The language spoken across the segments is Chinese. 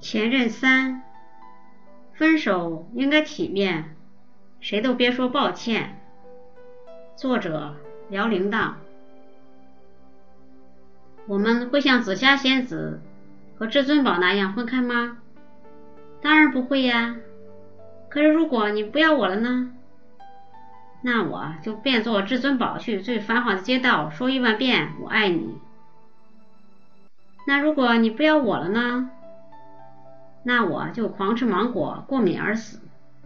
前任三，分手应该体面，谁都别说抱歉。作者辽铃铛。我们会像紫霞仙子和至尊宝那样分开吗？当然不会呀。可是如果你不要我了呢？那我就变作至尊宝去最繁华的街道说10000遍我爱你。那如果你不要我了呢？那我就狂吃芒果过敏而死。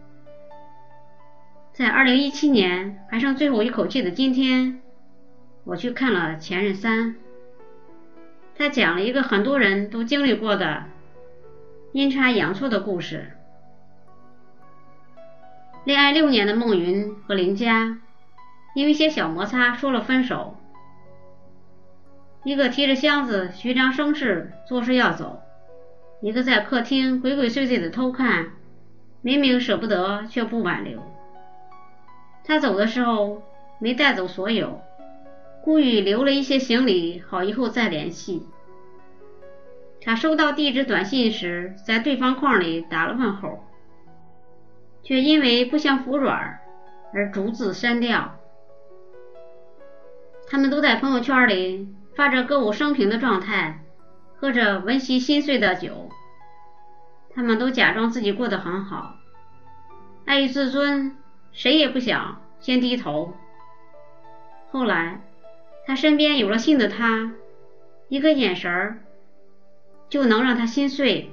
在2017年还剩最后一口气的今天，我去看了《前任三》。他讲了一个很多人都经历过的阴差阳错的故事。恋爱6年的孟云和林佳因为一些小摩擦说了分手。一个提着箱子虚张声势作势要走，一个在客厅鬼鬼祟祟的偷看，明明舍不得却不挽留。他走的时候没带走所有，故意留了一些行李，好以后再联系。他收到地址短信时，在对方框里打了问候，却因为不想服软而逐字删掉。他们都在朋友圈里发着歌舞升平的状态，喝着温习心碎的酒。他们都假装自己过得很好，碍于自尊，谁也不想先低头。后来他身边有了新的他，一个眼神就能让他心碎。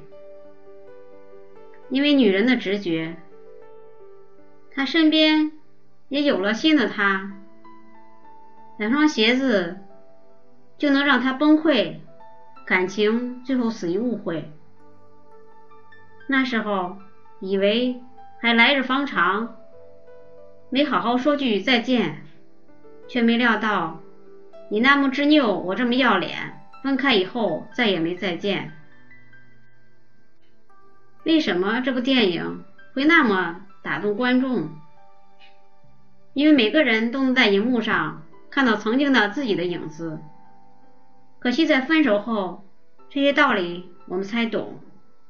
因为女人的直觉，他身边也有了新的他，2双鞋子就能让他崩溃，感情最后死于误会。那时候以为还来日方长，没好好说句再见，却没料到你那么执拗，我这么要脸，分开以后再也没再见。为什么这部电影会那么打动观众？因为每个人都能在荧幕上看到曾经的自己的影子，可惜在分手后，这些道理我们才懂。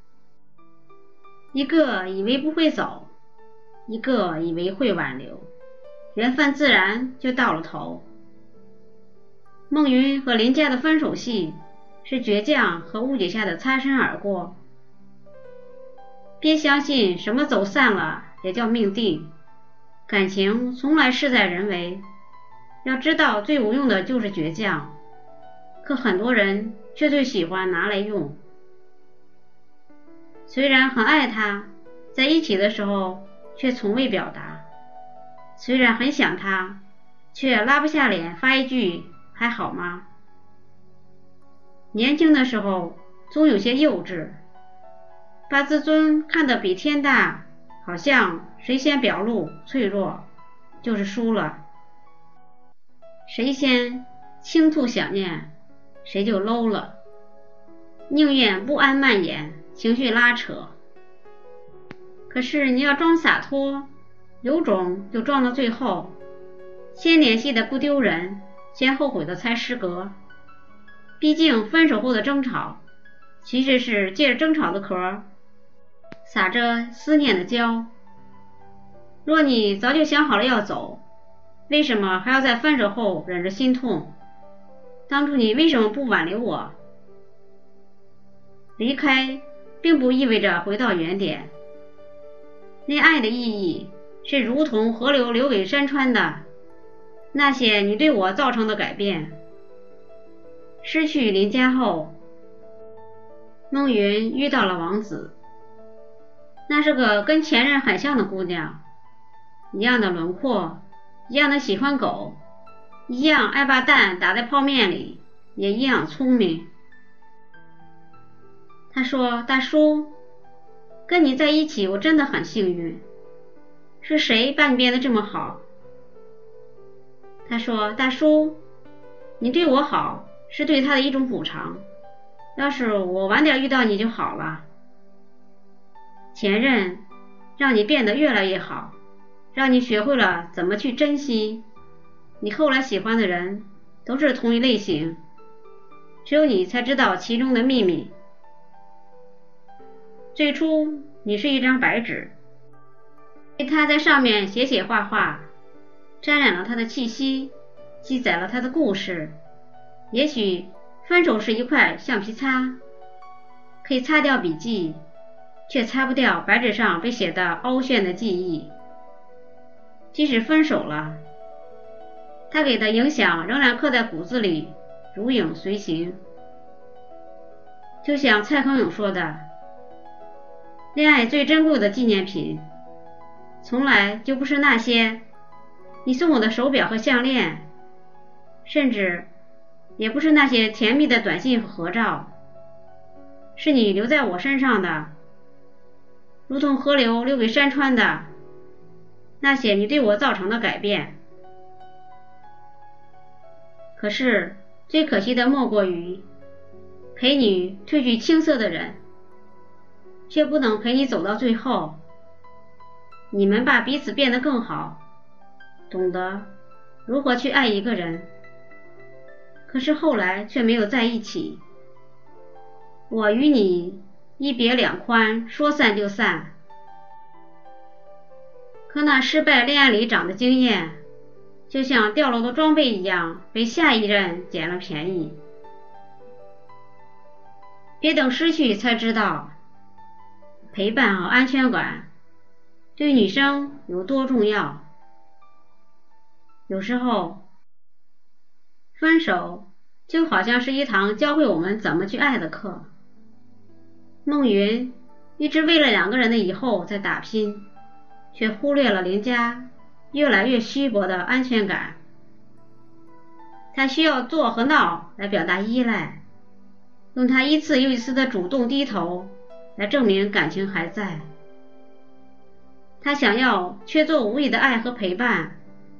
一个以为不会走，一个以为会挽留，缘分自然就到了头。孟云和林佳的分手戏是倔强和误解下的擦身而过。别相信什么走散了也叫命定，感情从来事在人为。要知道最无用的就是倔强，可很多人却最喜欢拿来用。虽然很爱他，在一起的时候却从未表达，虽然很想他，却拉不下脸发一句还好吗？年轻的时候总有些幼稚，把自尊看得比天大，好像谁先表露脆弱就是输了，谁先倾吐想念谁就 low 了，宁愿不安蔓延，情绪拉扯。可是你要装洒脱，有种就装到最后，先联系的不丢人，先后悔的才失格。毕竟分手后的争吵其实是借着争吵的壳撒着思念的胶。若你早就想好了要走，为什么还要在分手后忍着心痛？当初你为什么不挽留我？离开并不意味着回到原点，恋爱的意义是如同河流流给山川的那些你对我造成的改变。失去林佳后，孟云遇到了王子，那是个跟前任很像的姑娘，一样的轮廓，一样的喜欢狗，一样爱把蛋打在泡面里，也一样聪明。他说，大叔，跟你在一起我真的很幸运，是谁把你变得这么好？他说，大叔，你对我好是对他的一种补偿，要是我晚点遇到你就好了。前任让你变得越来越好，让你学会了怎么去珍惜，你后来喜欢的人都是同一类型，只有你才知道其中的秘密。 最初你是一张白纸，他在上面写写画画，沾染了他的气息，记载了他的故事。也许分手是一块橡皮擦，可以擦掉笔记，却擦不掉白纸上被写的凹陷的记忆。即使分手了，他给的影响仍然刻在骨子里，如影随形。就像蔡康永说的，恋爱最珍贵的纪念品，从来就不是那些你送我的手表和项链，甚至也不是那些甜蜜的短信和合照，是你留在我身上的，如同河流留给山川的那些你对我造成的改变。可是最可惜的莫过于陪你褪去青涩的人，却不能陪你走到最后。你们把彼此变得更好，懂得如何去爱一个人，可是后来却没有在一起。我与你一别两宽，说散就散。可那失败恋爱里长的经验，就像掉落的装备一样，被下一任捡了便宜。别等失去才知道，陪伴和安全感对女生有多重要。有时候，分手就好像是一堂教会我们怎么去爱的课。孟云一直为了两个人的以后在打拼，却忽略了林佳越来越虚薄的安全感。他需要做和闹来表达依赖，用他一次又一次的主动低头来证明感情还在。他想要缺座无益的爱和陪伴，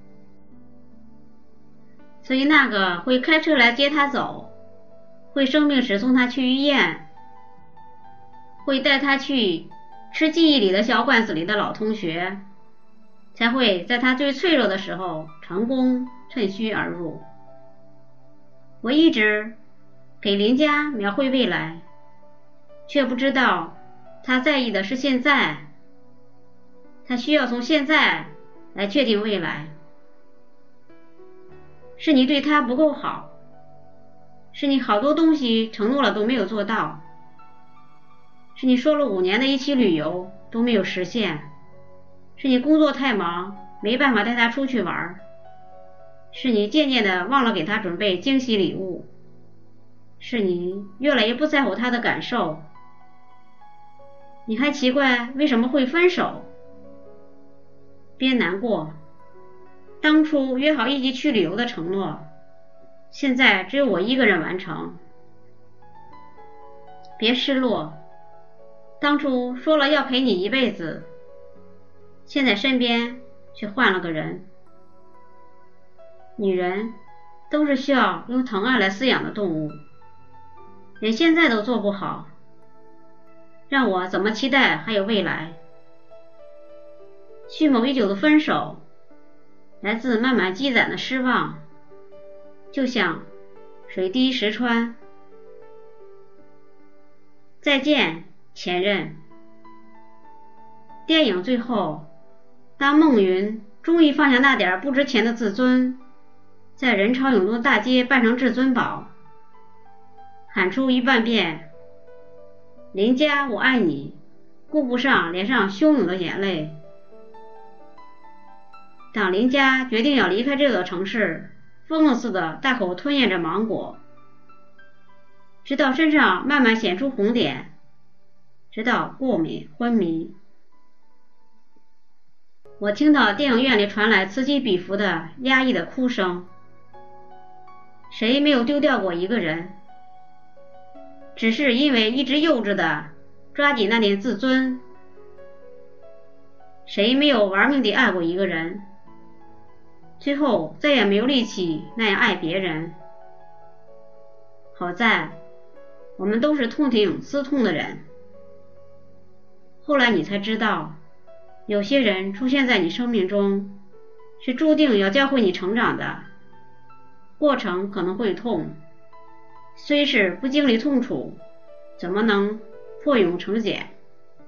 所以那个会开车来接他走，会生病时送他去医院，会带他去吃记忆里的小馆子里的老同学，才会在他最脆弱的时候成功趁虚而入。我一直给林佳描绘未来，却不知道他在意的是现在。他需要从现在来确定未来。是你对他不够好，是你好多东西承诺了都没有做到，是你说了5年的一起旅游都没有实现，是你工作太忙没办法带他出去玩，是你渐渐的忘了给他准备惊喜礼物，是你越来越不在乎他的感受。你还奇怪为什么会分手？别难过，当初约好一起去旅游的承诺，现在只有我一个人完成。别失落，当初说了要陪你一辈子，现在身边却换了个人。女人都是需要用疼爱来饲养的动物，连现在都做不好，让我怎么期待还有未来？蓄谋已久的分手，来自慢慢积攒的失望，就像水滴石穿。再见，前任。电影最后，当孟云终于放下那点不值钱的自尊，在人潮涌动的大街扮成至尊宝，喊出1万遍林佳我爱你，顾不上脸上汹涌的眼泪。当林佳决定要离开这座城市，疯了似的大口吞咽着芒果，直到身上慢慢显出红点，直到过敏昏迷。我听到电影院里传来此起彼伏的压抑的哭声。谁没有丢掉过一个人？只是因为一直幼稚的抓紧那点自尊。谁没有玩命地爱过一个人？最后再也没有力气那样爱别人。好在我们都是痛定思痛的人。后来你才知道，有些人出现在你生命中，是注定要教会你成长的，过程可能会痛，虽是不经历痛楚，怎么能破蛹成茧？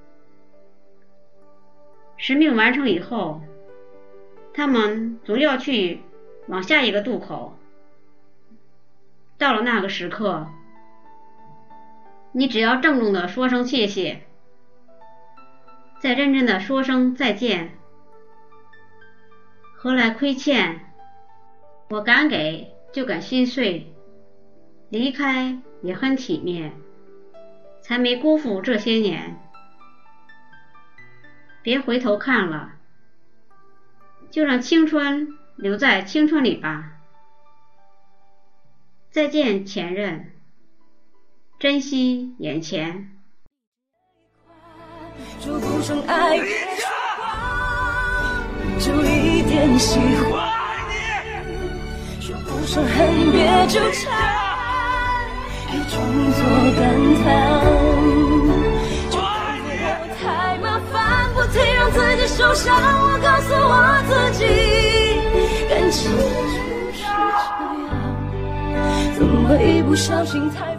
使命完成以后，他们总要去往下一个渡口。到了那个时刻，你只要郑重地说声谢谢，再认真地说声再见，何来亏欠？我敢给就敢心碎，离开也很体面，才没辜负这些年。别回头看了，就让青春留在青春里吧。再见前任，珍惜眼前。 说不上爱，就一点喜欢，说不上恨，别纠缠，别装作感叹。太麻烦，不停让自己受伤，我告诉我自己，感情就是这样，怎么会不小心太